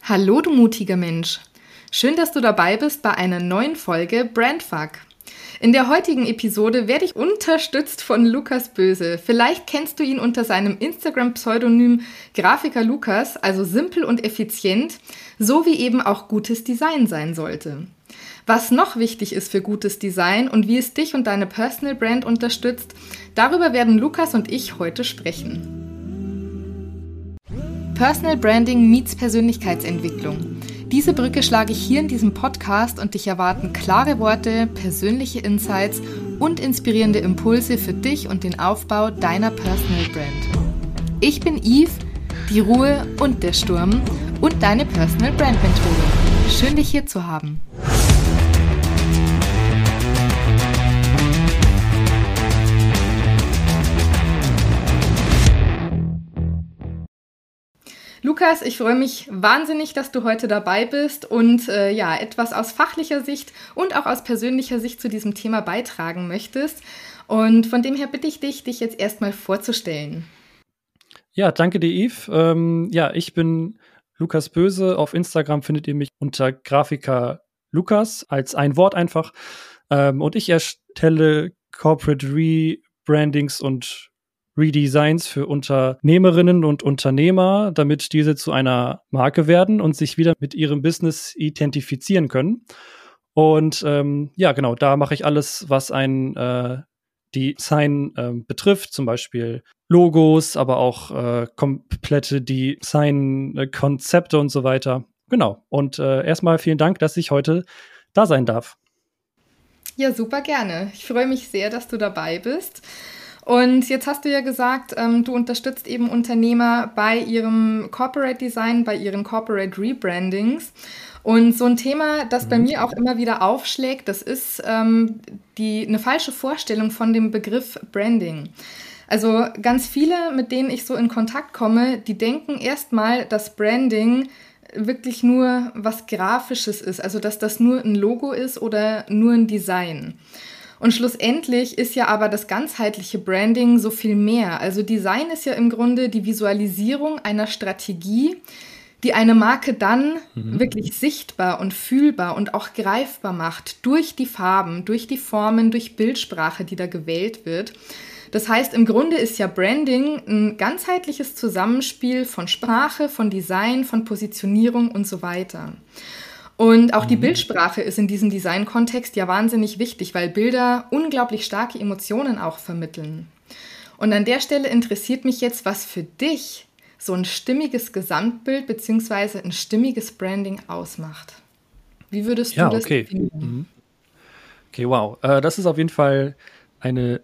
Hallo, du mutiger Mensch. Schön, dass du dabei bist bei einer neuen Folge Brandfuck. In der heutigen Episode werde ich unterstützt von Lukas Böse. Vielleicht kennst du ihn unter seinem Instagram-Pseudonym Grafiker Lukas, also simpel und effizient, so wie eben auch gutes Design sein sollte. Was noch wichtig ist für gutes Design und wie es dich und deine Personal Brand unterstützt, darüber werden Lukas und ich heute sprechen. Personal Branding meets Persönlichkeitsentwicklung. Diese Brücke schlage ich hier in diesem Podcast und dich erwarten klare Worte, persönliche Insights und inspirierende Impulse für dich und den Aufbau deiner Personal Brand. Ich bin Yves, die Ruhe und der Sturm und deine Personal Brand Mentorin. Schön, dich hier zu haben. Lukas, ich freue mich wahnsinnig, dass du heute dabei bist und etwas aus fachlicher Sicht und auch aus persönlicher Sicht zu diesem Thema beitragen möchtest. Und von dem her bitte ich dich jetzt erstmal vorzustellen. Ja, danke dir, Yves. Ich bin Lukas Böse. Auf Instagram findet ihr mich unter Grafiker Lukas, als ein Wort einfach. Und ich erstelle Corporate Rebrandings und Redesigns für Unternehmerinnen und Unternehmer, damit diese zu einer Marke werden und sich wieder mit ihrem Business identifizieren können. Und da mache ich alles, was ein Design betrifft, zum Beispiel Logos, aber auch komplette Design-Konzepte und so weiter. Genau. Und erstmal vielen Dank, dass ich heute da sein darf. Ja, super gerne. Ich freue mich sehr, dass du dabei bist. Und jetzt hast du ja gesagt, du unterstützt eben Unternehmer bei ihrem Corporate Design, bei ihren Corporate Rebrandings. Und so ein Thema, das bei mir auch immer wieder aufschlägt, das ist eine falsche Vorstellung von dem Begriff Branding. Also ganz viele, mit denen ich so in Kontakt komme, die denken erstmal, dass Branding wirklich nur was Grafisches ist, also dass das nur ein Logo ist oder nur ein Design. Und schlussendlich ist ja aber das ganzheitliche Branding so viel mehr. Also Design ist ja im Grunde die Visualisierung einer Strategie, die eine Marke dann wirklich sichtbar und fühlbar und auch greifbar macht durch die Farben, durch die Formen, durch Bildsprache, die da gewählt wird. Das heißt, im Grunde ist ja Branding ein ganzheitliches Zusammenspiel von Sprache, von Design, von Positionierung und so weiter. Und auch die Bildsprache ist in diesem Design-Kontext ja wahnsinnig wichtig, weil Bilder unglaublich starke Emotionen auch vermitteln. Und an der Stelle interessiert mich jetzt, was für dich so ein stimmiges Gesamtbild bzw. ein stimmiges Branding ausmacht. Wie würdest du das definieren? Okay, wow. Das ist auf jeden Fall eine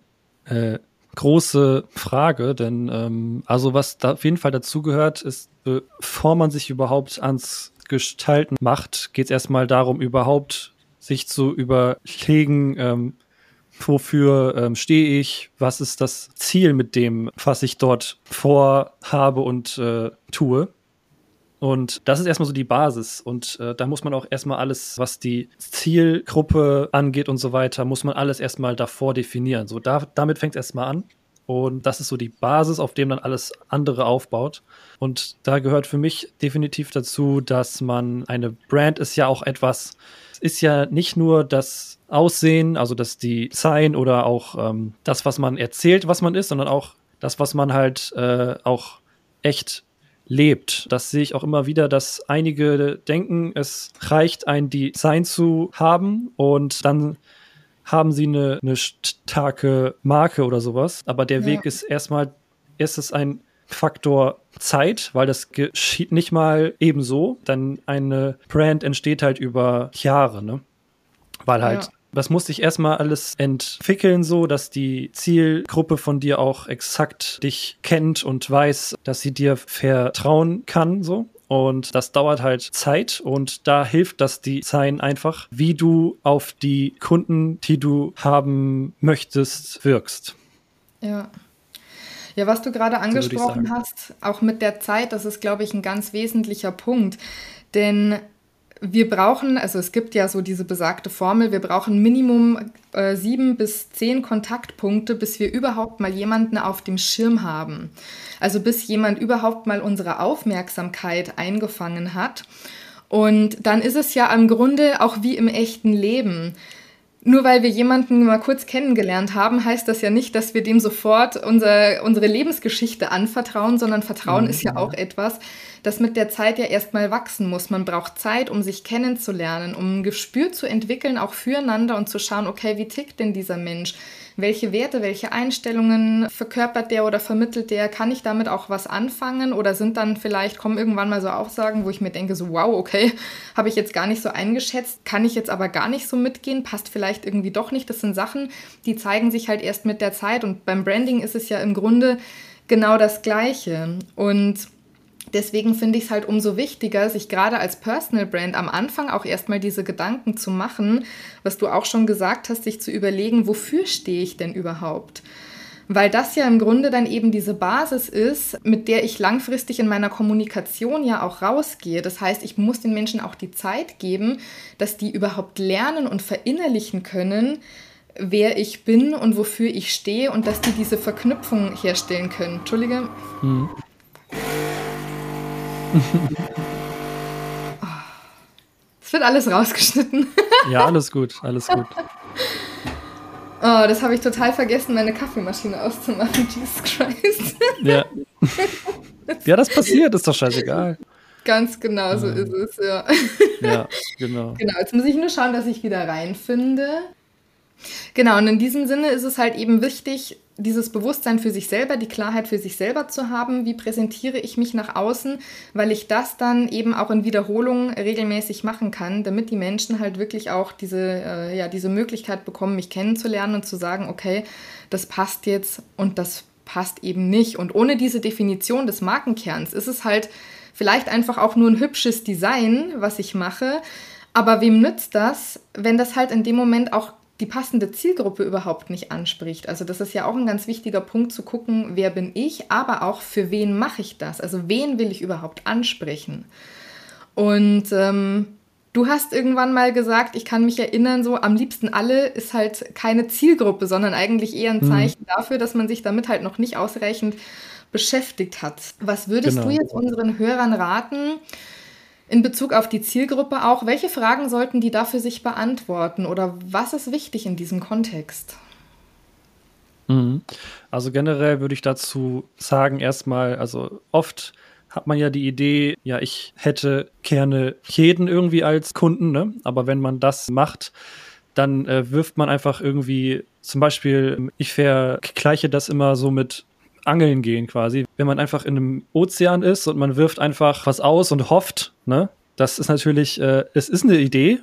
große Frage, denn was da auf jeden Fall dazugehört, ist, bevor man sich überhaupt ans Gestalten macht, geht es erstmal darum, überhaupt sich zu überlegen, wofür stehe ich, was ist das Ziel mit dem, was ich dort vorhabe und tue. Und das ist erstmal so die Basis. Und da muss man auch erstmal alles, was die Zielgruppe angeht und so weiter, muss man alles erstmal davor definieren. So, damit fängt es erstmal an. Und das ist so die Basis, auf dem dann alles andere aufbaut. Und da gehört für mich definitiv dazu, dass man eine Brand ist ja auch etwas, es ist ja nicht nur das Aussehen, also das Design oder auch das, was man erzählt, was man ist, sondern auch das, was man halt auch echt lebt. Das sehe ich auch immer wieder, dass einige denken, es reicht, ein Design zu haben und dann haben sie eine starke Marke oder sowas. Aber der Weg ist erstmal, ist es ein Faktor Zeit, weil das geschieht nicht mal ebenso. Dann eine Brand entsteht halt über Jahre, ne? Weil halt, das muss sich erstmal alles entwickeln, so dass die Zielgruppe von dir auch exakt dich kennt und weiß, dass sie dir vertrauen kann, so. Und das dauert halt Zeit und da hilft das Design einfach, wie du auf die Kunden, die du haben möchtest, wirkst. Ja, was du gerade angesprochen hast, auch mit der Zeit, das ist, glaube ich, ein ganz wesentlicher Punkt. Denn wir brauchen, also es gibt ja so diese besagte Formel, wir brauchen Minimum 7 bis 10 Kontaktpunkte, bis wir überhaupt mal jemanden auf dem Schirm haben. Also bis jemand überhaupt mal unsere Aufmerksamkeit eingefangen hat. Und dann ist es ja im Grunde auch wie im echten Leben. Nur weil wir jemanden mal kurz kennengelernt haben, heißt das ja nicht, dass wir dem sofort unsere Lebensgeschichte anvertrauen, sondern Vertrauen ist ja auch etwas, das mit der Zeit ja erstmal wachsen muss. Man braucht Zeit, um sich kennenzulernen, um ein Gespür zu entwickeln, auch füreinander und zu schauen, okay, wie tickt denn dieser Mensch? Welche Werte, welche Einstellungen verkörpert der oder vermittelt der? Kann ich damit auch was anfangen? Oder kommen irgendwann mal so Aussagen, wo ich mir denke, so wow, okay, habe ich jetzt gar nicht so eingeschätzt, kann ich jetzt aber gar nicht so mitgehen, passt vielleicht irgendwie doch nicht. Das sind Sachen, die zeigen sich halt erst mit der Zeit. Und beim Branding ist es ja im Grunde genau das Gleiche. Und deswegen finde ich es halt umso wichtiger, sich gerade als Personal Brand am Anfang auch erstmal diese Gedanken zu machen, was du auch schon gesagt hast, sich zu überlegen, wofür stehe ich denn überhaupt? Weil das ja im Grunde dann eben diese Basis ist, mit der ich langfristig in meiner Kommunikation ja auch rausgehe. Das heißt, ich muss den Menschen auch die Zeit geben, dass die überhaupt lernen und verinnerlichen können, wer ich bin und wofür ich stehe und dass die diese Verknüpfung herstellen können. Entschuldige. Es wird alles rausgeschnitten. Ja, alles gut, alles gut. Oh, das habe ich total vergessen, meine Kaffeemaschine auszumachen. Jesus Christ. Ja. Ja, das passiert, ist doch scheißegal. Ganz genau, so ist es, ja. Ja, genau. Genau, jetzt muss ich nur schauen, dass ich wieder reinfinde. Genau, und in diesem Sinne ist es halt eben wichtig, dieses Bewusstsein für sich selber, die Klarheit für sich selber zu haben, wie präsentiere ich mich nach außen, weil ich das dann eben auch in Wiederholungen regelmäßig machen kann, damit die Menschen halt wirklich auch diese Möglichkeit bekommen, mich kennenzulernen und zu sagen, okay, das passt jetzt und das passt eben nicht. Und ohne diese Definition des Markenkerns ist es halt vielleicht einfach auch nur ein hübsches Design, was ich mache, aber wem nützt das, wenn das halt in dem Moment auch die passende Zielgruppe überhaupt nicht anspricht. Also das ist ja auch ein ganz wichtiger Punkt zu gucken, wer bin ich, aber auch für wen mache ich das? Also wen will ich überhaupt ansprechen? Und du hast irgendwann mal gesagt, ich kann mich erinnern, so am liebsten alle ist halt keine Zielgruppe, sondern eigentlich eher ein Zeichen dafür, dass man sich damit halt noch nicht ausreichend beschäftigt hat. Was würdest du jetzt unseren Hörern raten, in Bezug auf die Zielgruppe auch, welche Fragen sollten die da für sich beantworten oder was ist wichtig in diesem Kontext? Also generell würde ich dazu sagen, erstmal, also oft hat man ja die Idee, ja, ich hätte gerne jeden irgendwie als Kunden, ne? Aber wenn man das macht, dann wirft man einfach irgendwie, zum Beispiel, ich vergleiche das immer so mit Angeln gehen quasi. Wenn man einfach in einem Ozean ist und man wirft einfach was aus und hofft, ne? Das ist natürlich, es ist eine Idee,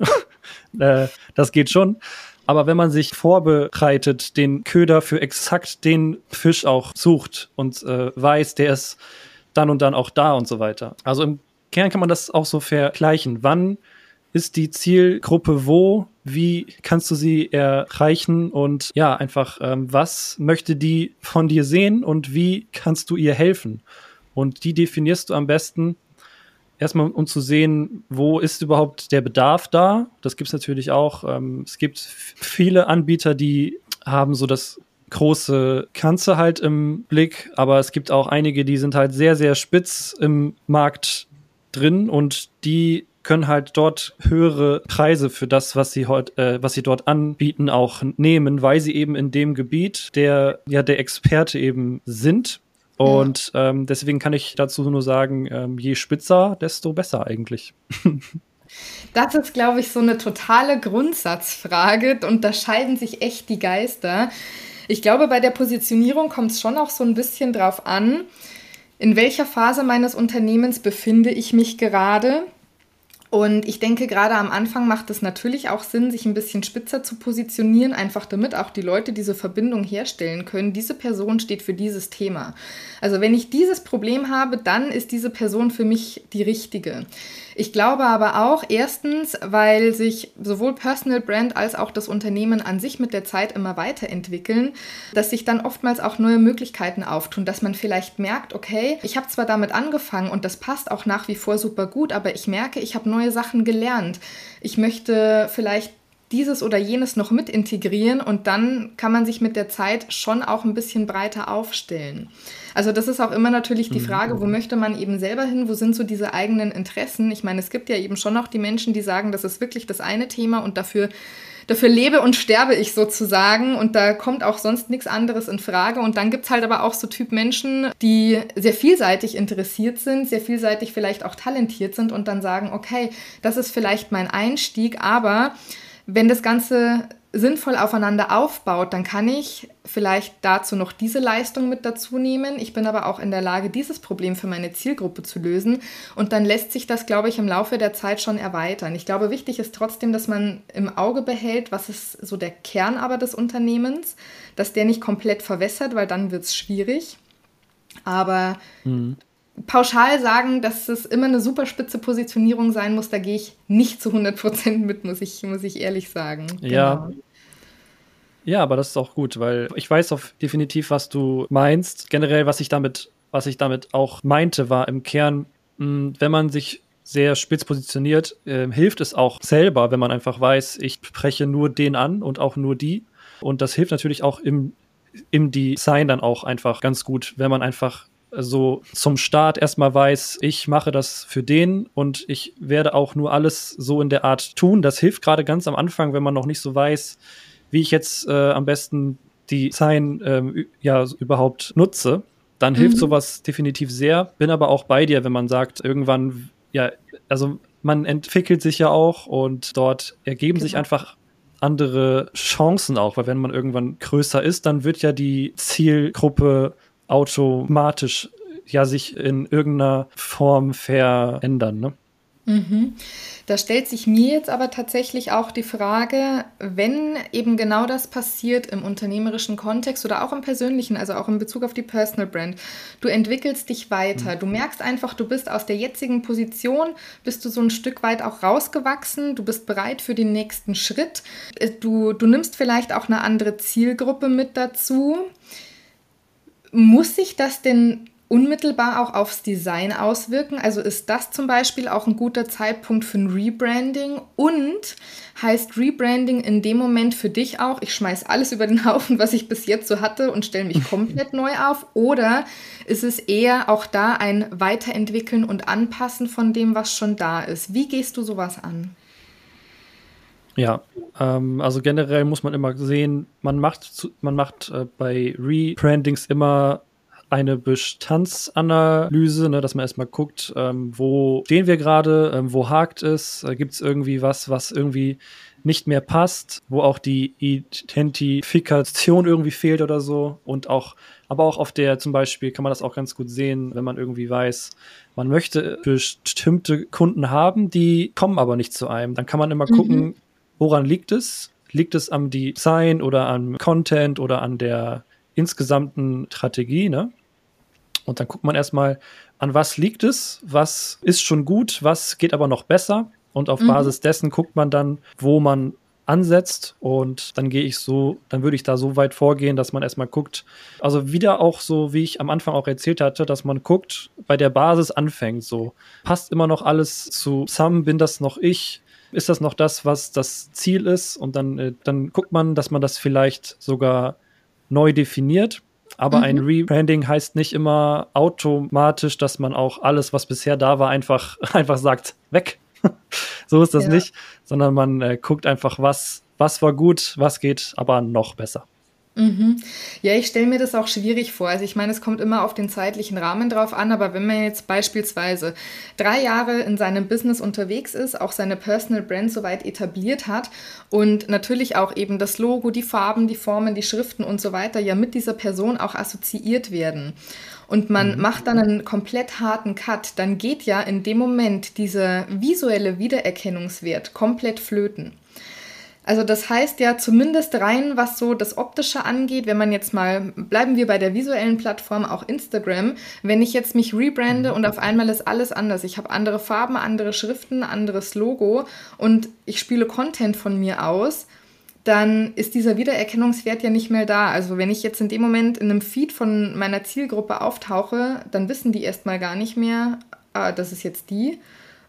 das geht schon. Aber wenn man sich vorbereitet, den Köder für exakt den Fisch auch sucht und weiß, der ist dann und dann auch da und so weiter. Also im Kern kann man das auch so vergleichen. Wann ist die Zielgruppe wo? Wie kannst du sie erreichen? Und ja, einfach, was möchte die von dir sehen und wie kannst du ihr helfen? Und die definierst du am besten erstmal, um zu sehen, wo ist überhaupt der Bedarf da? Das gibt es natürlich auch. Es gibt viele Anbieter, die haben so das große Ganze halt im Blick, aber es gibt auch einige, die sind halt sehr, sehr spitz im Markt drin und die können halt dort höhere Preise für das, was sie dort anbieten, auch nehmen, weil sie eben in dem Gebiet der Experte eben sind. Und deswegen kann ich dazu nur sagen, je spitzer, desto besser eigentlich. Das ist, glaube ich, so eine totale Grundsatzfrage und da scheiden sich echt die Geister. Ich glaube, bei der Positionierung kommt es schon auch so ein bisschen drauf an, in welcher Phase meines Unternehmens befinde ich mich gerade. Und ich denke, gerade am Anfang macht es natürlich auch Sinn, sich ein bisschen spitzer zu positionieren, einfach damit auch die Leute diese Verbindung herstellen können. Diese Person steht für dieses Thema. Also wenn ich dieses Problem habe, dann ist diese Person für mich die richtige. Ich glaube aber auch, erstens, weil sich sowohl Personal Brand als auch das Unternehmen an sich mit der Zeit immer weiterentwickeln, dass sich dann oftmals auch neue Möglichkeiten auftun, dass man vielleicht merkt, okay, ich habe zwar damit angefangen und das passt auch nach wie vor super gut, aber ich merke, ich habe neue neue Sachen gelernt. Ich möchte vielleicht dieses oder jenes noch mit integrieren und dann kann man sich mit der Zeit schon auch ein bisschen breiter aufstellen. Also das ist auch immer natürlich die Frage, wo möchte man eben selber hin, wo sind so diese eigenen Interessen? Ich meine, es gibt ja eben schon auch die Menschen, die sagen, das ist wirklich das eine Thema und dafür lebe und sterbe ich sozusagen und da kommt auch sonst nichts anderes in Frage. Und dann gibt's halt aber auch so Typ Menschen, die sehr vielseitig interessiert sind, sehr vielseitig vielleicht auch talentiert sind und dann sagen, okay, das ist vielleicht mein Einstieg, aber wenn das Ganze sinnvoll aufeinander aufbaut, dann kann ich vielleicht dazu noch diese Leistung mit dazu nehmen. Ich bin aber auch in der Lage, dieses Problem für meine Zielgruppe zu lösen. Und dann lässt sich das, glaube ich, im Laufe der Zeit schon erweitern. Ich glaube, wichtig ist trotzdem, dass man im Auge behält, was ist so der Kern aber des Unternehmens, dass der nicht komplett verwässert, weil dann wird es schwierig. Aber pauschal sagen, dass es immer eine super spitze Positionierung sein muss, da gehe ich nicht zu 100% mit, muss ich ehrlich sagen. Ja. Genau. Ja, aber das ist auch gut, weil ich weiß auch definitiv, was du meinst. Generell, was ich damit auch meinte, war im Kern, wenn man sich sehr spitz positioniert, hilft es auch selber, wenn man einfach weiß, ich spreche nur den an und auch nur die. Und das hilft natürlich auch im Design dann auch einfach ganz gut, wenn man einfach so zum Start erstmal weiß, ich mache das für den und ich werde auch nur alles so in der Art tun. Das hilft gerade ganz am Anfang, wenn man noch nicht so weiß, wie ich jetzt am besten die Design überhaupt nutze. Dann hilft sowas definitiv sehr. Bin aber auch bei dir, wenn man sagt, irgendwann, ja, also man entwickelt sich ja auch und dort ergeben sich einfach andere Chancen auch, weil wenn man irgendwann größer ist, dann wird ja die Zielgruppe automatisch ja sich in irgendeiner Form verändern, ne? Da stellt sich mir jetzt aber tatsächlich auch die Frage, wenn eben genau das passiert im unternehmerischen Kontext oder auch im persönlichen, also auch in Bezug auf die Personal Brand, du entwickelst dich weiter, du merkst einfach, du bist aus der jetzigen Position, bist du so ein Stück weit auch rausgewachsen, du bist bereit für den nächsten Schritt, du nimmst vielleicht auch eine andere Zielgruppe mit dazu. Muss sich das denn unmittelbar auch aufs Design auswirken? Also ist das zum Beispiel auch ein guter Zeitpunkt für ein Rebranding? Und heißt Rebranding in dem Moment für dich auch, ich schmeiß alles über den Haufen, was ich bis jetzt so hatte und stelle mich komplett neu auf? Oder ist es eher auch da ein Weiterentwickeln und Anpassen von dem, was schon da ist? Wie gehst du sowas an? Ja, also generell muss man immer sehen, man macht bei Rebrandings immer eine Bestandsanalyse, ne, dass man erstmal guckt, wo stehen wir gerade, wo hakt es, gibt es irgendwie was irgendwie nicht mehr passt, wo auch die Identifikation irgendwie fehlt oder so und aber auch auf der zum Beispiel kann man das auch ganz gut sehen, wenn man irgendwie weiß, man möchte bestimmte Kunden haben, die kommen aber nicht zu einem. Dann kann man immer gucken, woran liegt es? Liegt es am Design oder am Content oder an der insgesamten Strategie, ne? Und dann guckt man erstmal, an was liegt es, was ist schon gut, was geht aber noch besser. Und auf Basis dessen guckt man dann, wo man ansetzt. Und dann würde ich da so weit vorgehen, dass man erstmal guckt, also wieder auch so, wie ich am Anfang auch erzählt hatte, dass man guckt, bei der Basis anfängt, so passt immer noch alles zusammen, bin das noch ich? Ist das noch das, was das Ziel ist? Und dann guckt man, dass man das vielleicht sogar neu definiert. Aber ein Rebranding heißt nicht immer automatisch, dass man auch alles, was bisher da war, einfach sagt, weg. So ist das nicht, sondern man guckt einfach, was war gut, was geht aber noch besser. Ja, ich stelle mir das auch schwierig vor. Also ich meine, es kommt immer auf den zeitlichen Rahmen drauf an, aber wenn man jetzt beispielsweise 3 Jahre in seinem Business unterwegs ist, auch seine Personal Brand soweit etabliert hat und natürlich auch eben das Logo, die Farben, die Formen, die Schriften und so weiter ja mit dieser Person auch assoziiert werden und man macht dann einen komplett harten Cut, dann geht ja in dem Moment dieser visuelle Wiedererkennungswert komplett flöten. Also das heißt ja zumindest rein, was so das Optische angeht, wenn man jetzt mal, bleiben wir bei der visuellen Plattform, auch Instagram, wenn ich jetzt mich rebrande und auf einmal ist alles anders, ich habe andere Farben, andere Schriften, anderes Logo und ich spiele Content von mir aus, dann ist dieser Wiedererkennungswert ja nicht mehr da. Also wenn ich jetzt in dem Moment in einem Feed von meiner Zielgruppe auftauche, dann wissen die erstmal gar nicht mehr, das ist jetzt die.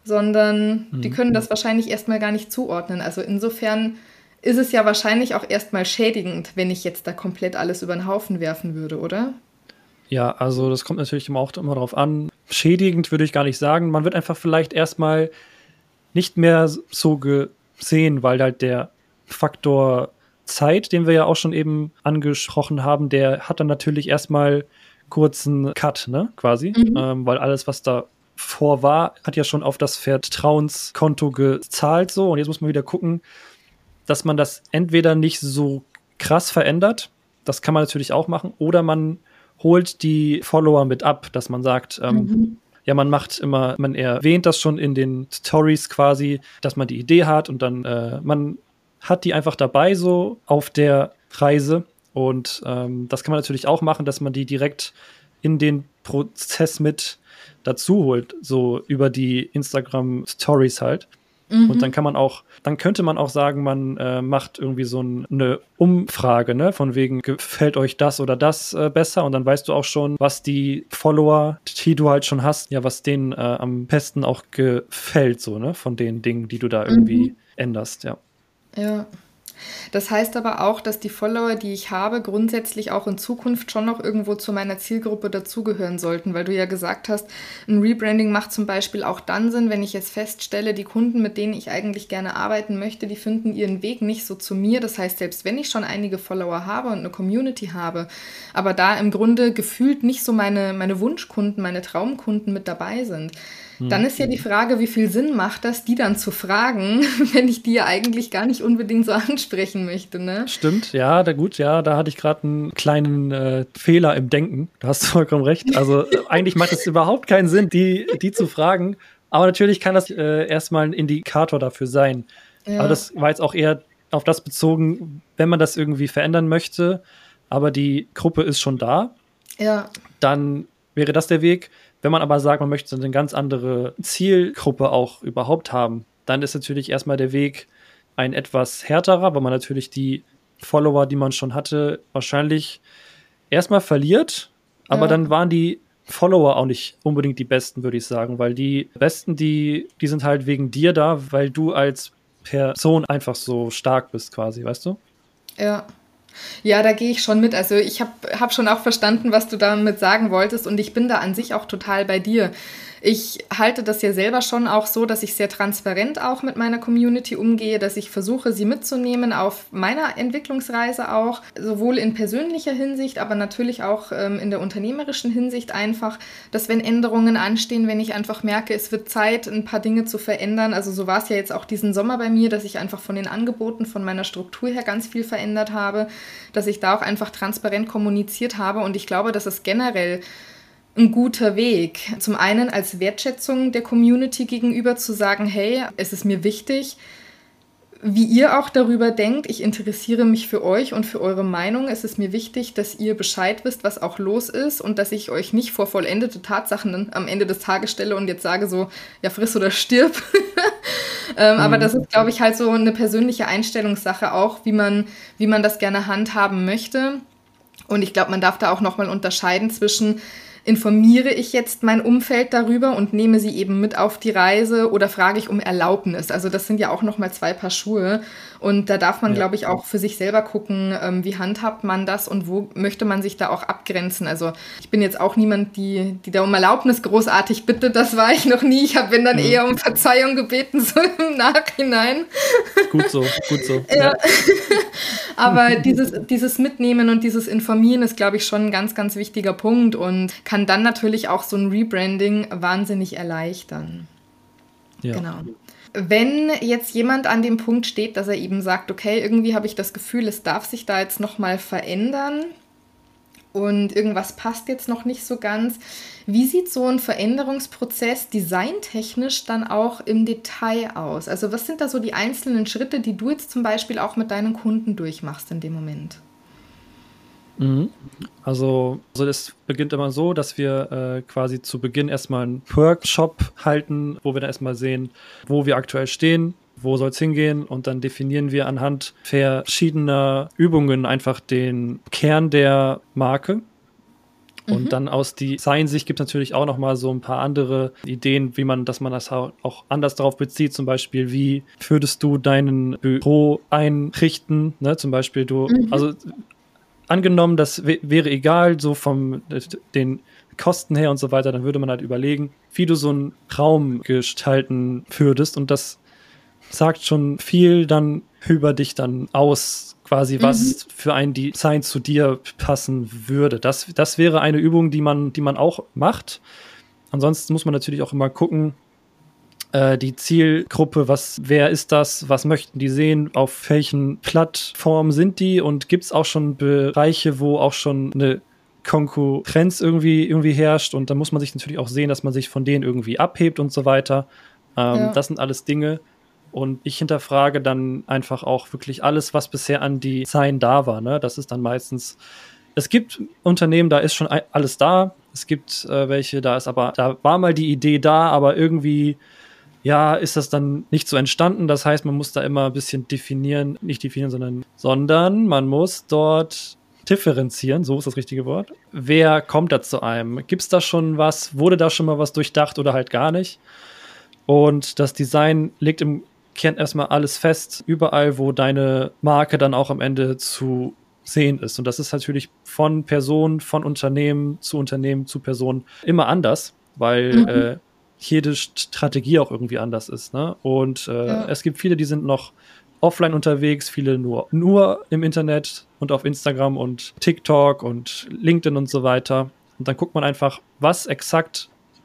sondern die können das wahrscheinlich erstmal gar nicht zuordnen. Also insofern ist es ja wahrscheinlich auch erstmal schädigend, wenn ich jetzt da komplett alles über den Haufen werfen würde, oder? Ja, also das kommt natürlich auch immer darauf an. Schädigend würde ich gar nicht sagen. Man wird einfach vielleicht erstmal nicht mehr so gesehen, weil halt der Faktor Zeit, den wir ja auch schon eben angesprochen haben, der hat dann natürlich erstmal kurzen Cut, ne, quasi. Weil alles, was da vor war, hat ja schon auf das Vertrauenskonto gezahlt so. Und jetzt muss man wieder gucken, dass man das entweder nicht so krass verändert, das kann man natürlich auch machen, oder man holt die Follower mit ab, dass man sagt, ja, man macht immer, man erwähnt das schon in den Stories quasi, dass man die Idee hat und dann man hat die einfach dabei so auf der Reise und das kann man natürlich auch machen, dass man die direkt in den Prozess mit dazu holt, so über die Instagram Stories halt. Und dann könnte man auch sagen, man macht irgendwie so eine Umfrage, ne, von wegen, gefällt euch das oder das besser? Und dann weißt du auch schon, was die Follower, die du halt schon hast, ja, was denen am besten auch gefällt, so, ne, von den Dingen, die du da irgendwie änderst, ja. Ja. Das heißt aber auch, dass die Follower, die ich habe, grundsätzlich auch in Zukunft schon noch irgendwo zu meiner Zielgruppe dazugehören sollten, weil du ja gesagt hast, ein Rebranding macht zum Beispiel auch dann Sinn, wenn ich jetzt feststelle, die Kunden, mit denen ich eigentlich gerne arbeiten möchte, die finden ihren Weg nicht so zu mir. Das heißt, selbst wenn ich schon einige Follower habe und eine Community habe, aber da im Grunde gefühlt nicht so meine Wunschkunden, meine Traumkunden mit dabei sind, dann ist ja die Frage, wie viel Sinn macht das, die dann zu fragen, wenn ich die ja eigentlich gar nicht unbedingt so ansprechen möchte, ne? Stimmt, ja, da hatte ich gerade einen kleinen Fehler im Denken. Du hast vollkommen recht. Also eigentlich macht es überhaupt keinen Sinn, die zu fragen. Aber natürlich kann das erstmal ein Indikator dafür sein. Ja. Aber das war jetzt auch eher auf das bezogen, wenn man das irgendwie verändern möchte, aber die Gruppe ist schon da, Ja. dann wäre das der Weg. Wenn man aber sagt, man möchte eine ganz andere Zielgruppe auch überhaupt haben, dann ist natürlich erstmal der Weg ein etwas härterer, weil man natürlich die Follower, die man schon hatte, wahrscheinlich erstmal verliert. Aber dann waren die Follower auch nicht unbedingt die besten, würde ich sagen, weil die besten, die sind halt wegen dir da, weil du als Person einfach so stark bist quasi, weißt du? Ja. Ja, da gehe ich schon mit. Also ich hab schon auch verstanden, was du damit sagen wolltest und ich bin da an sich auch total bei dir. Ich halte das ja selber schon auch so, dass ich sehr transparent auch mit meiner Community umgehe, dass ich versuche, sie mitzunehmen auf meiner Entwicklungsreise auch, sowohl in persönlicher Hinsicht, aber natürlich auch in der unternehmerischen Hinsicht einfach, dass wenn Änderungen anstehen, wenn ich einfach merke, es wird Zeit, ein paar Dinge zu verändern. Also so war es ja jetzt auch diesen Sommer bei mir, dass ich einfach von den Angeboten, von meiner Struktur her ganz viel verändert habe, dass ich da auch einfach transparent kommuniziert habe und ich glaube, dass es generell ein guter Weg. Zum einen als Wertschätzung der Community gegenüber zu sagen, hey, es ist mir wichtig, wie ihr auch darüber denkt. Ich interessiere mich für euch und für eure Meinung. Es ist mir wichtig, dass ihr Bescheid wisst, was auch los ist und dass ich euch nicht vor vollendete Tatsachen dann am Ende des Tages stelle und jetzt sage so, ja, friss oder stirb. Aber das ist, glaube ich, halt so eine persönliche Einstellungssache auch, wie man das gerne handhaben möchte. Und ich glaube, man darf da auch nochmal unterscheiden zwischen informiere ich jetzt mein Umfeld darüber und nehme sie eben mit auf die Reise oder frage ich um Erlaubnis? Also das sind ja auch nochmal zwei Paar Schuhe und da darf man, glaube ich, auch für sich selber gucken, wie handhabt man das und wo möchte man sich da auch abgrenzen. Also ich bin jetzt auch niemand, die da um Erlaubnis großartig bittet, das war ich noch nie. Ich habe dann eher um Verzeihung gebeten, so im Nachhinein. Gut so. Ja. Aber dieses Mitnehmen und dieses Informieren ist, glaube ich, schon ein ganz, ganz wichtiger Punkt und kann dann natürlich auch so ein Rebranding wahnsinnig erleichtern. Ja. Genau. Wenn jetzt jemand an dem Punkt steht, dass er eben sagt, okay, irgendwie habe ich das Gefühl, es darf sich da jetzt nochmal verändern und irgendwas passt jetzt noch nicht so ganz. Wie sieht so ein Veränderungsprozess designtechnisch dann auch im Detail aus? Also was sind da so die einzelnen Schritte, die du jetzt zum Beispiel auch mit deinen Kunden durchmachst in dem Moment? Also das beginnt immer so, dass wir quasi zu Beginn erstmal einen Workshop halten, wo wir dann erstmal sehen, wo wir aktuell stehen, wo soll es hingehen und dann definieren wir anhand verschiedener Übungen einfach den Kern der Marke Und dann aus Design-Sicht gibt es natürlich auch noch mal so ein paar andere Ideen, dass man das auch anders darauf bezieht. Zum Beispiel, wie würdest du deinen Büro einrichten? Ne? Zum Beispiel also angenommen, das wäre egal, so den Kosten her und so weiter, dann würde man halt überlegen, wie du so einen Raum gestalten würdest. Und das sagt schon viel dann über dich dann aus, quasi, was für ein Design zu dir passen würde. Das wäre eine Übung, die man auch macht. Ansonsten muss man natürlich auch immer gucken, die Zielgruppe, wer ist das, was möchten die sehen, auf welchen Plattformen sind die und gibt es auch schon Bereiche, wo auch schon eine Konkurrenz irgendwie herrscht, und da muss man sich natürlich auch sehen, dass man sich von denen irgendwie abhebt und so weiter. Das sind alles Dinge. Und ich hinterfrage dann einfach auch wirklich alles, was bisher an Design da war. Ne? Das ist dann meistens, es gibt Unternehmen, da ist schon alles da. Es gibt welche, da war mal die Idee da, aber irgendwie, ja, ist das dann nicht so entstanden. Das heißt, man muss da immer ein bisschen sondern man muss dort differenzieren, so ist das richtige Wort. Wer kommt da zu einem? Gibt es da schon was? Wurde da schon mal was durchdacht oder halt gar nicht? Und das Design legt im Kern erstmal alles fest, überall, wo deine Marke dann auch am Ende zu sehen ist. Und das ist natürlich von Person, von Unternehmen zu Person immer anders, weil jede Strategie auch irgendwie anders ist. Ne? Und es gibt viele, die sind noch offline unterwegs, viele nur im Internet und auf Instagram und TikTok und LinkedIn und so weiter. Und dann guckt man einfach, was exakt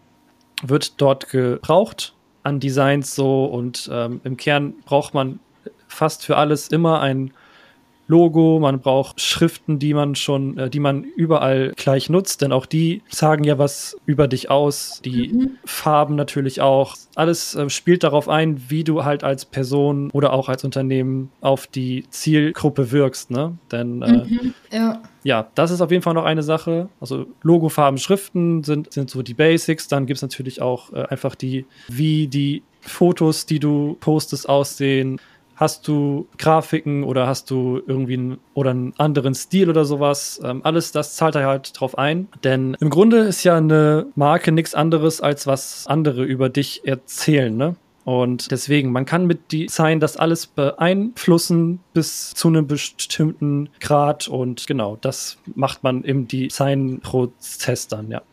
wird dort gebraucht an Designs so, und im Kern braucht man fast für alles immer ein Logo, man braucht Schriften, die man überall gleich nutzt, denn auch die sagen ja was über dich aus, die Farben natürlich auch. Alles spielt darauf ein, wie du halt als Person oder auch als Unternehmen auf die Zielgruppe wirkst, ne? Denn ja, das ist auf jeden Fall noch eine Sache. Also Logo, Farben, Schriften sind so die Basics. Dann gibt es natürlich auch einfach wie die Fotos, die du postest, aussehen. Hast du Grafiken oder hast du irgendwie einen anderen Stil oder sowas? Alles das zahlt da halt drauf ein. Denn im Grunde ist ja eine Marke nichts anderes, als was andere über dich erzählen, ne? Und deswegen, man kann mit Design das alles beeinflussen bis zu einem bestimmten Grad. Und genau, das macht man im Designprozess dann, ja.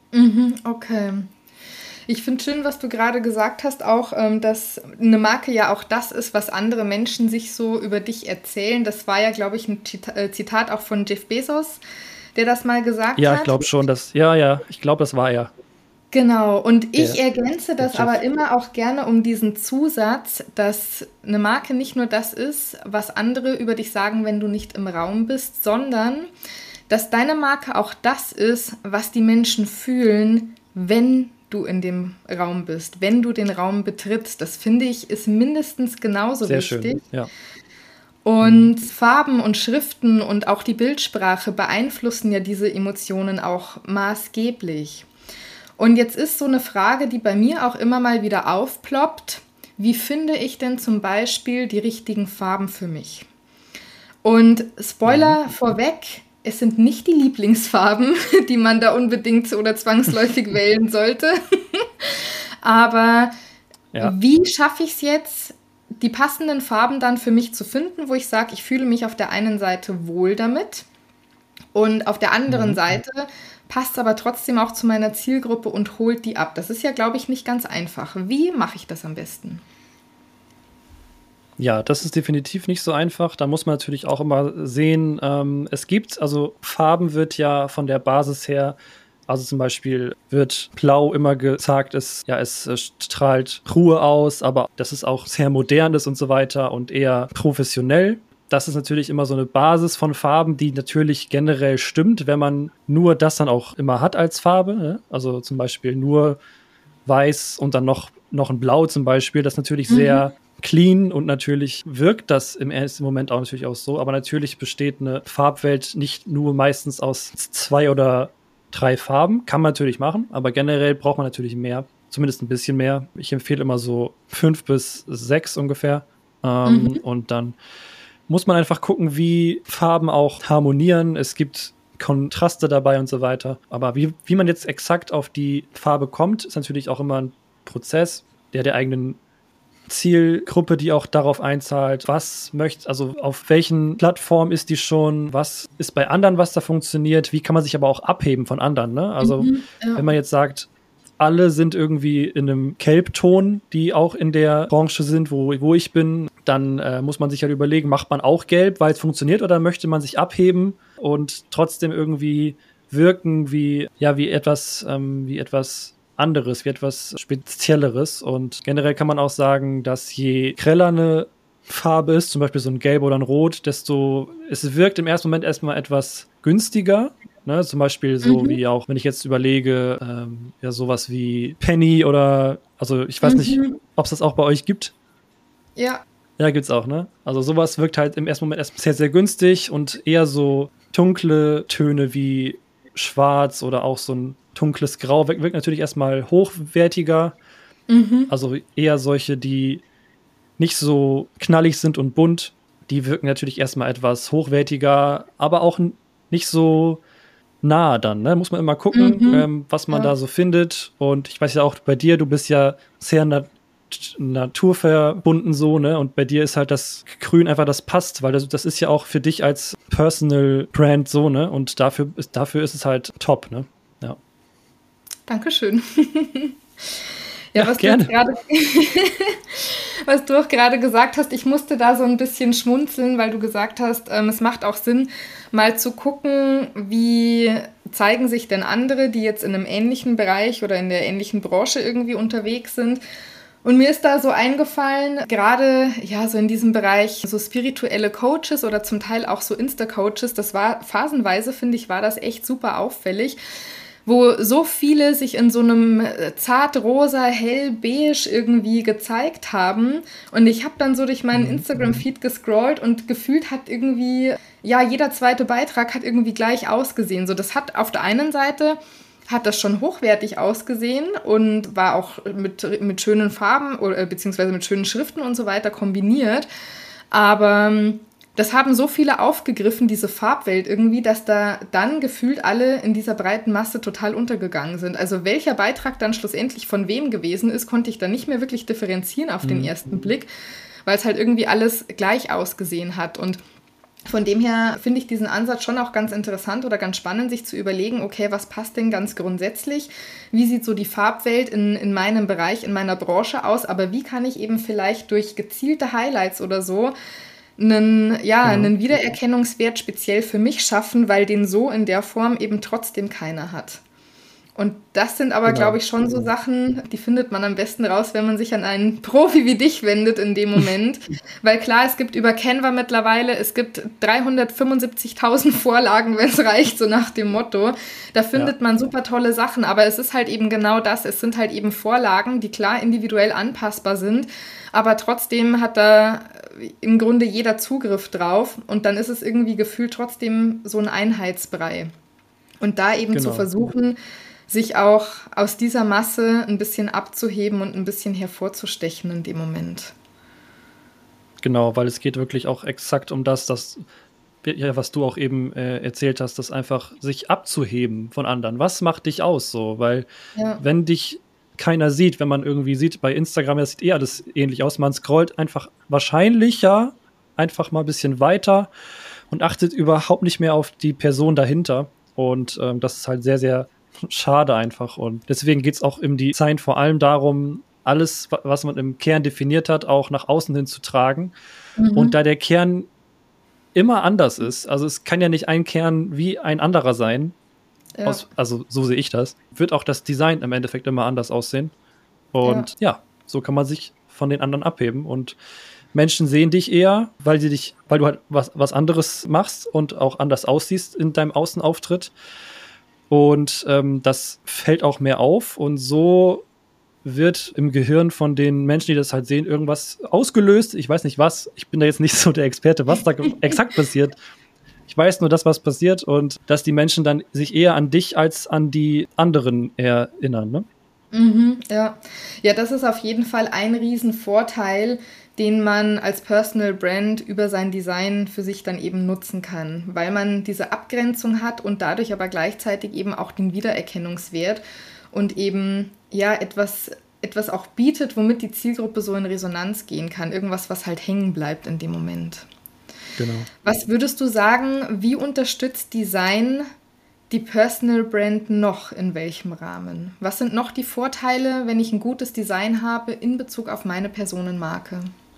Okay. Ich finde schön, was du gerade gesagt hast, auch, dass eine Marke ja auch das ist, was andere Menschen sich so über dich erzählen. Das war ja, glaube ich, ein Zitat auch von Jeff Bezos, der das mal gesagt hat. Ja, ich glaube schon, ich glaube, das war er. Genau, und ich ergänze das aber immer auch gerne um diesen Zusatz, dass eine Marke nicht nur das ist, was andere über dich sagen, wenn du nicht im Raum bist, sondern dass deine Marke auch das ist, was die Menschen fühlen, wenn du in dem Raum bist, wenn du den Raum betrittst. Das finde ich ist mindestens genauso sehr wichtig. Schön, ja. Und Farben und Schriften und auch die Bildsprache beeinflussen ja diese Emotionen auch maßgeblich. Und jetzt ist so eine Frage, die bei mir auch immer mal wieder aufploppt. Wie finde ich denn zum Beispiel die richtigen Farben für mich? Und Spoiler vorweg, es sind nicht die Lieblingsfarben, die man da unbedingt oder zwangsläufig wählen sollte. Aber wie schaffe ich es jetzt, die passenden Farben dann für mich zu finden, wo ich sage, ich fühle mich auf der einen Seite wohl damit und auf der anderen Seite passt aber trotzdem auch zu meiner Zielgruppe und holt die ab. Das ist ja, glaube ich, nicht ganz einfach. Wie mache ich das am besten? Ja, das ist definitiv nicht so einfach. Da muss man natürlich auch immer sehen, also Farben wird ja von der Basis her, also zum Beispiel wird Blau immer gesagt, es strahlt Ruhe aus, aber das ist auch sehr modern ist und so weiter und eher professionell. Das ist natürlich immer so eine Basis von Farben, die natürlich generell stimmt, wenn man nur das dann auch immer hat als Farbe. Ne? Also zum Beispiel nur Weiß und dann noch ein Blau zum Beispiel. Das ist natürlich sehr clean und natürlich wirkt das im ersten Moment auch natürlich auch so. Aber natürlich besteht eine Farbwelt nicht nur meistens aus 2 oder 3 Farben. Kann man natürlich machen, aber generell braucht man natürlich mehr. Zumindest ein bisschen mehr. Ich empfehle immer so 5 bis 6 ungefähr. Und dann muss man einfach gucken, wie Farben auch harmonieren. Es gibt Kontraste dabei und so weiter. Aber wie man jetzt exakt auf die Farbe kommt, ist natürlich auch immer ein Prozess, der eigenen Zielgruppe, die auch darauf einzahlt, also auf welchen Plattformen ist die schon, was ist bei anderen, was da funktioniert, wie kann man sich aber auch abheben von anderen, ne? Also wenn man jetzt sagt, alle sind irgendwie in einem Gelbton, die auch in der Branche sind, wo ich bin, dann muss man sich halt überlegen, macht man auch gelb, weil es funktioniert, oder möchte man sich abheben und trotzdem irgendwie wirken wie etwas anderes, wie etwas Spezielleres. Und generell kann man auch sagen, dass je greller eine Farbe ist, zum Beispiel so ein Gelb oder ein Rot, es wirkt im ersten Moment erstmal etwas günstiger. Ne? Zum Beispiel so wie auch, wenn ich jetzt überlege, sowas wie Penny oder, also ich weiß nicht, ob es das auch bei euch gibt. Ja. Ja, gibt's auch, ne? Also sowas wirkt halt im ersten Moment erstmal sehr, sehr günstig und eher so dunkle Töne wie Schwarz oder auch so ein dunkles Grau wirkt natürlich erstmal hochwertiger. Also eher solche, die nicht so knallig sind und bunt, die wirken natürlich erstmal etwas hochwertiger, aber auch nicht so nah dann, ne? Muss man immer gucken, was man da so findet. Und ich weiß ja auch bei dir, du bist ja sehr naturverbunden so, ne? Und bei dir ist halt das Grün einfach, das passt, weil das ist ja auch für dich als Personal Brand so, ne? Und dafür ist es halt top, ne? Ja. Dankeschön. Ja, was gerne. Was du auch gerade gesagt hast, ich musste da so ein bisschen schmunzeln, weil du gesagt hast, es macht auch Sinn, mal zu gucken, wie zeigen sich denn andere, die jetzt in einem ähnlichen Bereich oder in der ähnlichen Branche irgendwie unterwegs sind. Und mir ist da so eingefallen, gerade so in diesem Bereich so spirituelle Coaches oder zum Teil auch so Insta-Coaches, das war phasenweise, finde ich, war das echt super auffällig, wo so viele sich in so einem zart-rosa, hell-beige irgendwie gezeigt haben. Und ich habe dann so durch meinen Instagram-Feed gescrollt und gefühlt hat irgendwie, jeder zweite Beitrag hat irgendwie gleich ausgesehen. So, das hat auf der einen Seite hat das schon hochwertig ausgesehen und war auch mit schönen Farben oder beziehungsweise mit schönen Schriften und so weiter kombiniert. Aber das haben so viele aufgegriffen, diese Farbwelt irgendwie, dass da dann gefühlt alle in dieser breiten Masse total untergegangen sind. Also welcher Beitrag dann schlussendlich von wem gewesen ist, konnte ich dann nicht mehr wirklich differenzieren auf den ersten Blick, weil es halt irgendwie alles gleich ausgesehen hat. Und von dem her finde ich diesen Ansatz schon auch ganz interessant oder ganz spannend, sich zu überlegen, okay, was passt denn ganz grundsätzlich? Wie sieht so die Farbwelt in meinem Bereich, in meiner Branche aus? Aber wie kann ich eben vielleicht durch gezielte Highlights oder so einen Wiedererkennungswert speziell für mich schaffen, weil den so in der Form eben trotzdem keiner hat. Und das sind aber, glaube ich, schon so Sachen, die findet man am besten raus, wenn man sich an einen Profi wie dich wendet in dem Moment. Weil klar, es gibt über Canva mittlerweile, es gibt 375.000 Vorlagen, wenn es reicht, so nach dem Motto. Da findet man super tolle Sachen, aber es ist halt eben genau das. Es sind halt eben Vorlagen, die klar individuell anpassbar sind, aber trotzdem hat da im Grunde jeder Zugriff drauf und dann ist es irgendwie gefühlt trotzdem so ein Einheitsbrei. Und da eben zu versuchen, sich auch aus dieser Masse ein bisschen abzuheben und ein bisschen hervorzustechen in dem Moment. Genau, weil es geht wirklich auch exakt um das, was du auch eben erzählt hast, das einfach sich abzuheben von anderen. Was macht dich aus so? Weil wenn dich keiner sieht, wenn man irgendwie sieht, bei Instagram, das sieht alles ähnlich aus, man scrollt einfach einfach mal ein bisschen weiter und achtet überhaupt nicht mehr auf die Person dahinter. Und das ist halt sehr, sehr schade einfach. Und deswegen geht es auch im Design vor allem darum, alles, was man im Kern definiert hat, auch nach außen hin zu tragen. Und da der Kern immer anders ist, also es kann ja nicht ein Kern wie ein anderer sein, also so sehe ich das, wird auch das Design im Endeffekt immer anders aussehen. Und so kann man sich von den anderen abheben. Und Menschen sehen dich eher, weil du halt was anderes machst und auch anders aussiehst in deinem Außenauftritt. Und das fällt auch mehr auf. Und so wird im Gehirn von den Menschen, die das halt sehen, irgendwas ausgelöst. Ich weiß nicht was. Ich bin da jetzt nicht so der Experte, was da exakt passiert. Ich weiß nur, dass was passiert und dass die Menschen dann sich eher an dich als an die anderen erinnern, ne? Ja. Ja, das ist auf jeden Fall ein Riesenvorteil, den man als Personal Brand über sein Design für sich dann eben nutzen kann, weil man diese Abgrenzung hat und dadurch aber gleichzeitig eben auch den Wiedererkennungswert und eben ja etwas auch bietet, womit die Zielgruppe so in Resonanz gehen kann. Irgendwas, was halt hängen bleibt in dem Moment. Genau. Was würdest du sagen, wie unterstützt Design die Personal Brand noch in welchem Rahmen? Was sind noch die Vorteile, wenn ich ein gutes Design habe in Bezug auf meine Personenmarke?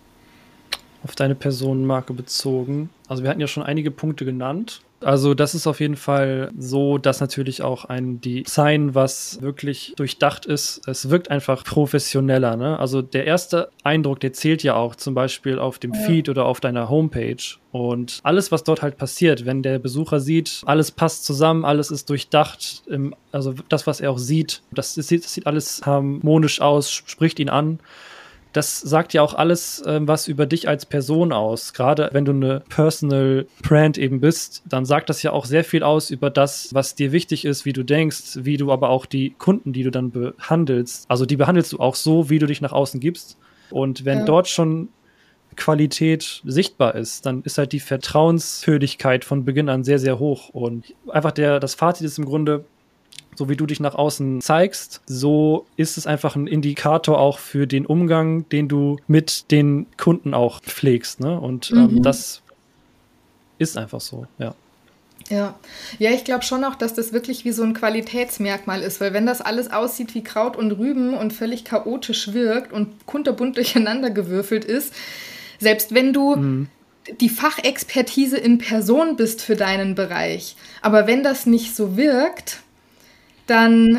Auf deine Personenmarke bezogen. Also wir hatten ja schon einige Punkte genannt. Also das ist auf jeden Fall so, dass natürlich auch ein Design, was wirklich durchdacht ist, es wirkt einfach professioneller, ne? Also der erste Eindruck, der zählt ja auch zum Beispiel auf dem Feed oder auf deiner Homepage. Und alles, was dort halt passiert, wenn der Besucher sieht, alles passt zusammen, alles ist durchdacht, also das, was er auch sieht, das sieht alles harmonisch aus, spricht ihn an. Das sagt ja auch alles was über dich als Person aus. Gerade wenn du eine Personal Brand eben bist, dann sagt das ja auch sehr viel aus über das, was dir wichtig ist, wie du denkst, wie du aber auch die Kunden, die du dann behandelst. Also die behandelst du auch so, wie du dich nach außen gibst. Und wenn dort schon Qualität sichtbar ist, dann ist halt die Vertrauenswürdigkeit von Beginn an sehr, sehr hoch. Und einfach das Fazit ist im Grunde, so wie du dich nach außen zeigst, so ist es einfach ein Indikator auch für den Umgang, den du mit den Kunden auch pflegst, ne? Und das ist einfach so, ja. Ja, ich glaube schon auch, dass das wirklich wie so ein Qualitätsmerkmal ist, weil wenn das alles aussieht wie Kraut und Rüben und völlig chaotisch wirkt und kunterbunt durcheinander gewürfelt ist, selbst wenn du die Fachexpertise in Person bist für deinen Bereich, aber wenn das nicht so wirkt, dann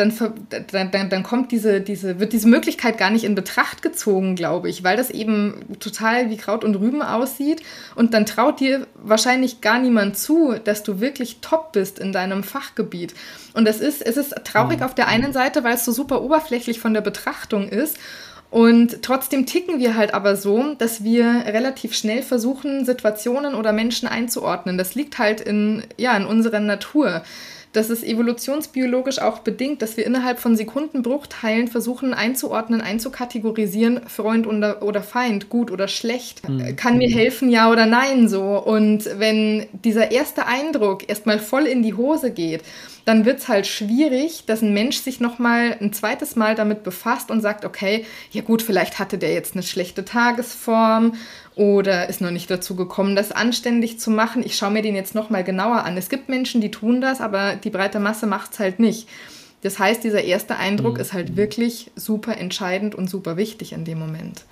kommt wird diese Möglichkeit gar nicht in Betracht gezogen, glaube ich, weil das eben total wie Kraut und Rüben aussieht und dann traut dir wahrscheinlich gar niemand zu, dass du wirklich top bist in deinem Fachgebiet. Und es ist traurig auf der einen Seite, weil es so super oberflächlich von der Betrachtung ist. Und trotzdem ticken wir halt aber so, dass wir relativ schnell versuchen, Situationen oder Menschen einzuordnen. Das liegt halt in unserer Natur. Das ist evolutionsbiologisch auch bedingt, dass wir innerhalb von Sekundenbruchteilen versuchen einzuordnen, einzukategorisieren, Freund oder Feind, gut oder schlecht, kann mir helfen, ja oder nein, so. Und wenn dieser erste Eindruck erstmal voll in die Hose geht, dann wird es halt schwierig, dass ein Mensch sich nochmal ein zweites Mal damit befasst und sagt, okay, ja gut, vielleicht hatte der jetzt eine schlechte Tagesform oder ist noch nicht dazu gekommen, das anständig zu machen. Ich schaue mir den jetzt nochmal genauer an. Es gibt Menschen, die tun das, aber die breite Masse macht es halt nicht. Das heißt, dieser erste Eindruck ist halt wirklich super entscheidend und super wichtig in dem Moment.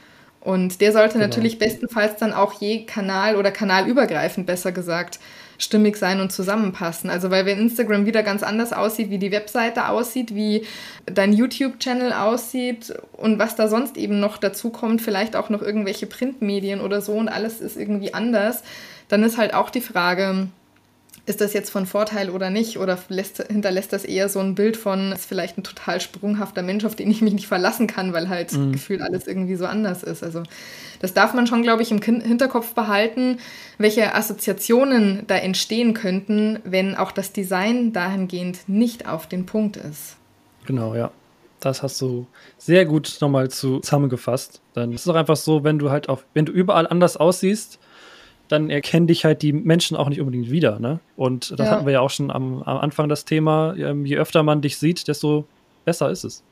Und der sollte natürlich bestenfalls dann auch je Kanal oder kanalübergreifend, besser gesagt, stimmig sein und zusammenpassen. Also weil wenn Instagram wieder ganz anders aussieht, wie die Webseite aussieht, wie dein YouTube-Channel aussieht und was da sonst eben noch dazu kommt, vielleicht auch noch irgendwelche Printmedien oder so und alles ist irgendwie anders, dann ist halt auch die Frage, ist das jetzt von Vorteil oder nicht? Oder hinterlässt das eher so ein Bild von, ist vielleicht ein total sprunghafter Mensch, auf den ich mich nicht verlassen kann, weil halt gefühlt alles irgendwie so anders ist. Also das darf man schon, glaube ich, im Hinterkopf behalten, welche Assoziationen da entstehen könnten, wenn auch das Design dahingehend nicht auf den Punkt ist. Genau, ja. Das hast du sehr gut nochmal zusammengefasst. Dann ist es auch einfach so, wenn du überall anders aussiehst, dann erkennen dich halt die Menschen auch nicht unbedingt wieder, ne? Und das hatten wir ja auch schon am Anfang das Thema, je öfter man dich sieht, desto besser ist es.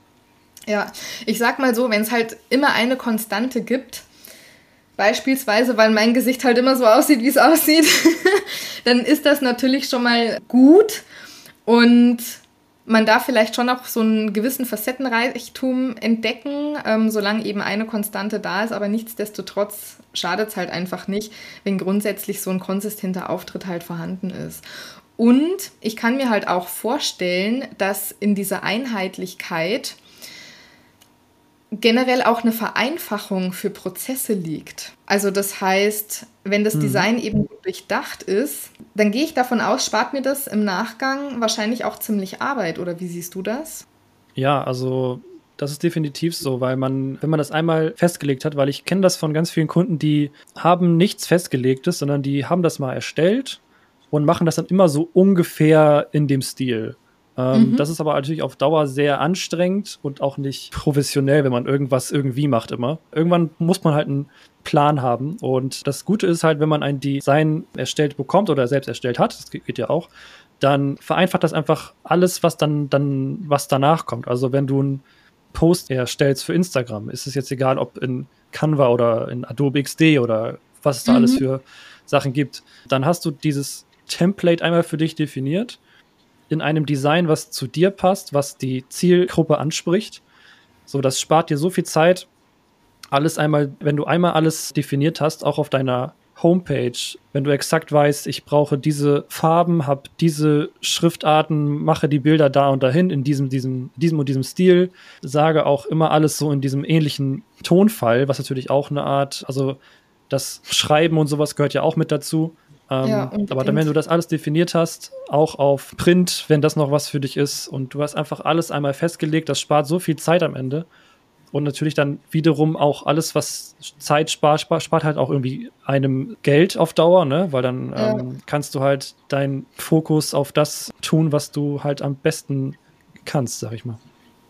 Ja, ich sag mal so, wenn es halt immer eine Konstante gibt, beispielsweise, weil mein Gesicht halt immer so aussieht, wie es aussieht, dann ist das natürlich schon mal gut und man darf vielleicht schon auch so einen gewissen Facettenreichtum entdecken, solange eben eine Konstante da ist, aber nichtsdestotrotz schadet es halt einfach nicht, wenn grundsätzlich so ein konsistenter Auftritt halt vorhanden ist. Und ich kann mir halt auch vorstellen, dass in dieser Einheitlichkeit generell auch eine Vereinfachung für Prozesse liegt. Also das heißt, wenn das Design eben gut durchdacht ist, dann gehe ich davon aus, spart mir das im Nachgang wahrscheinlich auch ziemlich Arbeit, oder wie siehst du das? Ja, also das ist definitiv so, weil wenn man das einmal festgelegt hat, weil ich kenne das von ganz vielen Kunden, die haben nichts Festgelegtes, sondern die haben das mal erstellt und machen das dann immer so ungefähr in dem Stil. Das ist aber natürlich auf Dauer sehr anstrengend und auch nicht professionell, wenn man irgendwas irgendwie macht immer. Irgendwann muss man halt einen Plan haben. Und das Gute ist halt, wenn man ein Design erstellt bekommt oder selbst erstellt hat, das geht ja auch, dann vereinfacht das einfach alles, was was danach kommt. Also wenn du einen Post erstellst für Instagram, ist es jetzt egal, ob in Canva oder in Adobe XD oder was es da alles für Sachen gibt. Dann hast du dieses Template einmal für dich definiert in einem Design, was zu dir passt, was die Zielgruppe anspricht. So, das spart dir so viel Zeit. Wenn du einmal alles definiert hast, auch auf deiner Homepage, wenn du exakt weißt, ich brauche diese Farben, habe diese Schriftarten, mache die Bilder da und dahin in diesem und diesem Stil, sage auch immer alles so in diesem ähnlichen Tonfall, was natürlich auch eine Art, also das Schreiben und sowas gehört ja auch mit dazu. Aber dann, wenn du das alles definiert hast, auch auf Print, wenn das noch was für dich ist und du hast einfach alles einmal festgelegt, das spart so viel Zeit am Ende. Und natürlich dann wiederum auch alles, was Zeit spart halt auch irgendwie einem Geld auf Dauer, ne? Weil dann kannst du halt deinen Fokus auf das tun, was du halt am besten kannst, sag ich mal.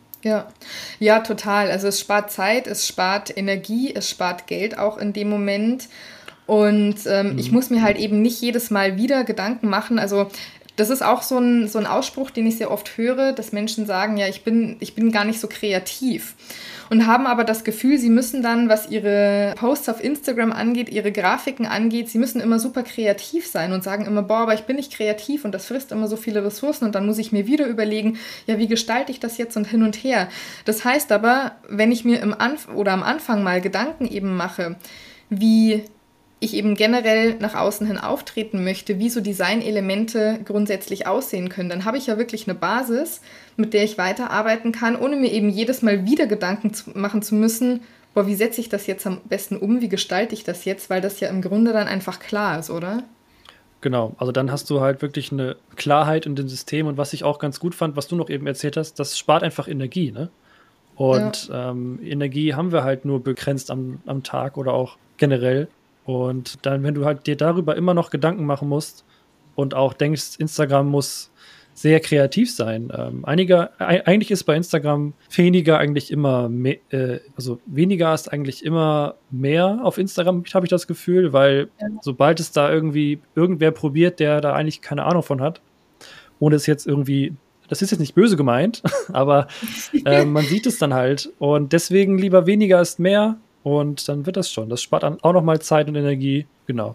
Ja, total. Also es spart Zeit, es spart Energie, es spart Geld auch in dem Moment. Und ich muss mir halt eben nicht jedes Mal wieder Gedanken machen. Also das ist auch so ein Ausspruch, den ich sehr oft höre, dass Menschen sagen, ja, ich bin gar nicht so kreativ. Und haben aber das Gefühl, sie müssen dann, was ihre Posts auf Instagram angeht, ihre Grafiken angeht, sie müssen immer super kreativ sein und sagen immer, boah, aber ich bin nicht kreativ und das frisst immer so viele Ressourcen und dann muss ich mir wieder überlegen, ja, wie gestalte ich das jetzt und hin und her. Das heißt aber, wenn ich mir am Anfang mal Gedanken eben mache, wie ich eben generell nach außen hin auftreten möchte, wie so Designelemente grundsätzlich aussehen können, dann habe ich ja wirklich eine Basis, mit der ich weiterarbeiten kann, ohne mir eben jedes Mal wieder Gedanken machen zu müssen, boah, wie setze ich das jetzt am besten um, wie gestalte ich das jetzt, weil das ja im Grunde dann einfach klar ist, oder? Genau, also dann hast du halt wirklich eine Klarheit in dem System und was ich auch ganz gut fand, was du noch eben erzählt hast, das spart einfach Energie, ne? Und Energie haben wir halt nur begrenzt am Tag oder auch generell. Und dann, wenn du halt dir darüber immer noch Gedanken machen musst und auch denkst, Instagram muss sehr kreativ sein. Eigentlich ist bei Instagram weniger eigentlich immer mehr, also weniger ist eigentlich immer mehr auf Instagram, habe ich das Gefühl, weil sobald es da irgendwie irgendwer probiert, der da eigentlich keine Ahnung von hat, ohne es jetzt irgendwie, das ist jetzt nicht böse gemeint, aber man sieht es dann halt. Und deswegen lieber weniger ist mehr. Und dann wird das schon. Das spart dann auch nochmal Zeit und Energie. Genau.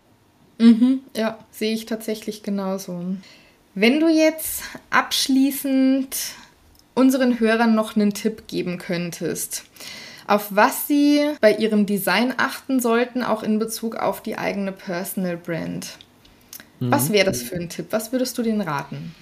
Ja, sehe ich tatsächlich genauso. Wenn du jetzt abschließend unseren Hörern noch einen Tipp geben könntest, auf was sie bei ihrem Design achten sollten, auch in Bezug auf die eigene Personal Brand. Was wäre das für ein Tipp? Was würdest du denen raten?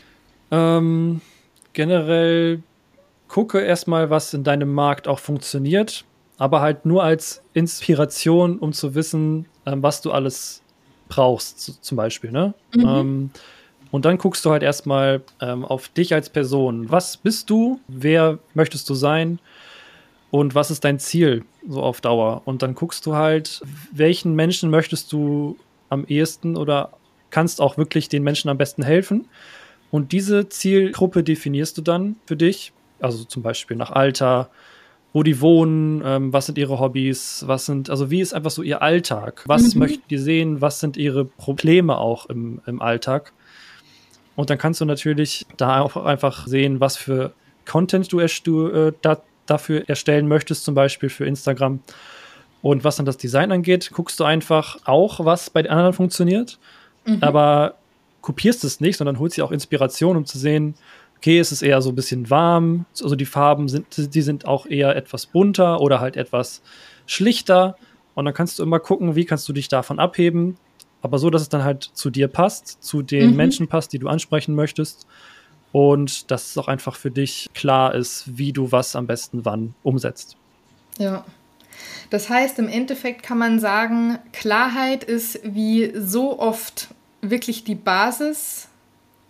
Generell gucke erstmal, was in deinem Markt auch funktioniert. Aber halt nur als Inspiration, um zu wissen, was du alles brauchst, zum Beispiel, ne? Und dann guckst du halt erstmal auf dich als Person. Was bist du? Wer möchtest du sein? Und was ist dein Ziel so auf Dauer? Und dann guckst du halt, welchen Menschen möchtest du am ehesten oder kannst auch wirklich den Menschen am besten helfen? Und diese Zielgruppe definierst du dann für dich, also zum Beispiel nach Alter, wo die wohnen, was sind ihre Hobbys, also wie ist einfach so ihr Alltag, was möchten die sehen, was sind ihre Probleme auch im Alltag. Und dann kannst du natürlich da auch einfach sehen, was für Content du dafür erstellen möchtest, zum Beispiel für Instagram. Und was dann das Design angeht, guckst du einfach auch, was bei den anderen funktioniert, aber kopierst es nicht, sondern holst dir auch Inspiration, um zu sehen, okay, es ist eher so ein bisschen warm, also die Farben sind auch eher etwas bunter oder halt etwas schlichter und dann kannst du immer gucken, wie kannst du dich davon abheben, aber so, dass es dann halt zu dir passt, zu den Menschen passt, die du ansprechen möchtest und dass es auch einfach für dich klar ist, wie du was am besten wann umsetzt. Ja. Das heißt, im Endeffekt kann man sagen, Klarheit ist wie so oft wirklich die Basis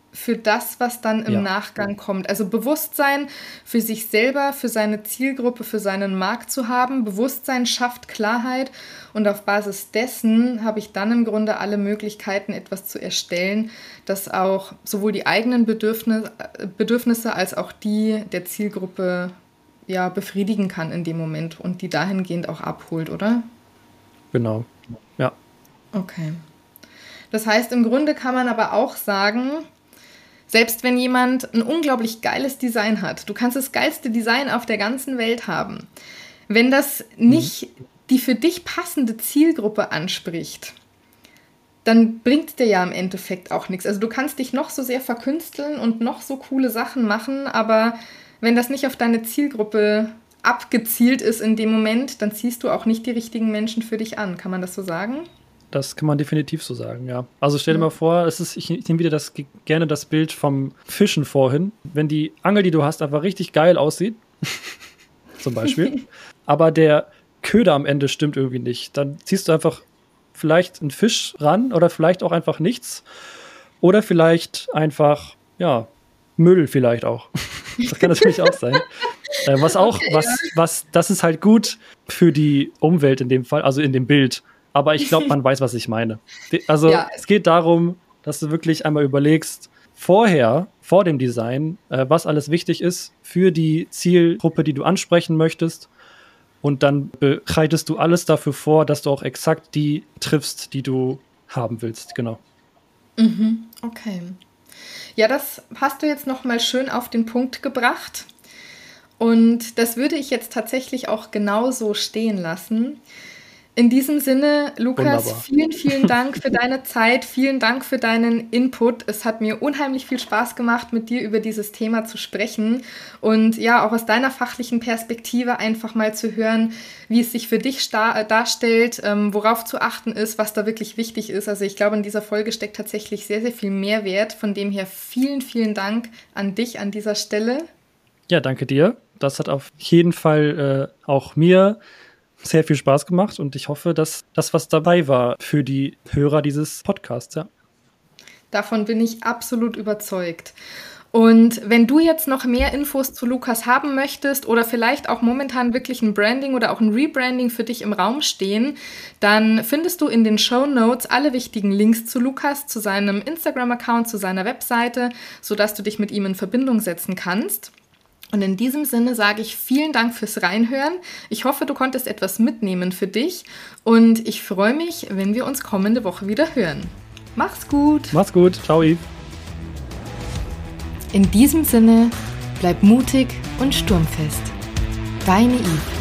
für das, was dann im Nachgang kommt. Also Bewusstsein für sich selber, für seine Zielgruppe, für seinen Markt zu haben. Bewusstsein schafft Klarheit und auf Basis dessen habe ich dann im Grunde alle Möglichkeiten, etwas zu erstellen, das auch sowohl die eigenen Bedürfnisse als auch die der Zielgruppe befriedigen kann in dem Moment und die dahingehend auch abholt, oder? Genau, ja. Okay. Das heißt, im Grunde kann man aber auch sagen, selbst wenn jemand ein unglaublich geiles Design hat, du kannst das geilste Design auf der ganzen Welt haben, wenn das nicht die für dich passende Zielgruppe anspricht, dann bringt dir ja im Endeffekt auch nichts. Also du kannst dich noch so sehr verkünsteln und noch so coole Sachen machen, aber wenn das nicht auf deine Zielgruppe abgezielt ist in dem Moment, dann ziehst du auch nicht die richtigen Menschen für dich an. Kann man das so sagen? Das kann man definitiv so sagen, ja. Also stell dir mal vor, ich nehme wieder gerne das Bild vom Fischen vorhin. Wenn die Angel, die du hast, einfach richtig geil aussieht, zum Beispiel, aber der Köder am Ende stimmt irgendwie nicht, dann ziehst du einfach vielleicht einen Fisch ran oder vielleicht auch einfach nichts oder vielleicht einfach, Müll vielleicht auch. Das kann natürlich auch sein. Das ist halt gut für die Umwelt in dem Fall, also in dem Bild. Aber ich glaube, man weiß, was ich meine. Also es geht darum, dass du wirklich einmal überlegst, vor dem Design, was alles wichtig ist für die Zielgruppe, die du ansprechen möchtest. Und dann bereitest du alles dafür vor, dass du auch exakt die triffst, die du haben willst. Genau. Okay. Ja, das hast du jetzt noch mal schön auf den Punkt gebracht. Und das würde ich jetzt tatsächlich auch genauso stehen lassen. In diesem Sinne, Lukas, Wunderbar. Vielen, vielen Dank für deine Zeit, vielen Dank für deinen Input. Es hat mir unheimlich viel Spaß gemacht, mit dir über dieses Thema zu sprechen und auch aus deiner fachlichen Perspektive einfach mal zu hören, wie es sich für dich darstellt, worauf zu achten ist, was da wirklich wichtig ist. Also ich glaube, in dieser Folge steckt tatsächlich sehr, sehr viel Mehrwert. Von dem her vielen, vielen Dank an dich an dieser Stelle. Ja, danke dir. Das hat auf jeden Fall auch mir sehr viel Spaß gemacht und ich hoffe, dass das, was dabei war für die Hörer dieses Podcasts, ja. Davon bin ich absolut überzeugt. Und wenn du jetzt noch mehr Infos zu Lukas haben möchtest oder vielleicht auch momentan wirklich ein Branding oder auch ein Rebranding für dich im Raum stehen, dann findest du in den Shownotes alle wichtigen Links zu Lukas, zu seinem Instagram-Account, zu seiner Webseite, sodass du dich mit ihm in Verbindung setzen kannst. Und in diesem Sinne sage ich vielen Dank fürs Reinhören. Ich hoffe, du konntest etwas mitnehmen für dich und ich freue mich, wenn wir uns kommende Woche wieder hören. Mach's gut. Mach's gut. Ciao, Yves. In diesem Sinne, bleib mutig und sturmfest. Deine Yves.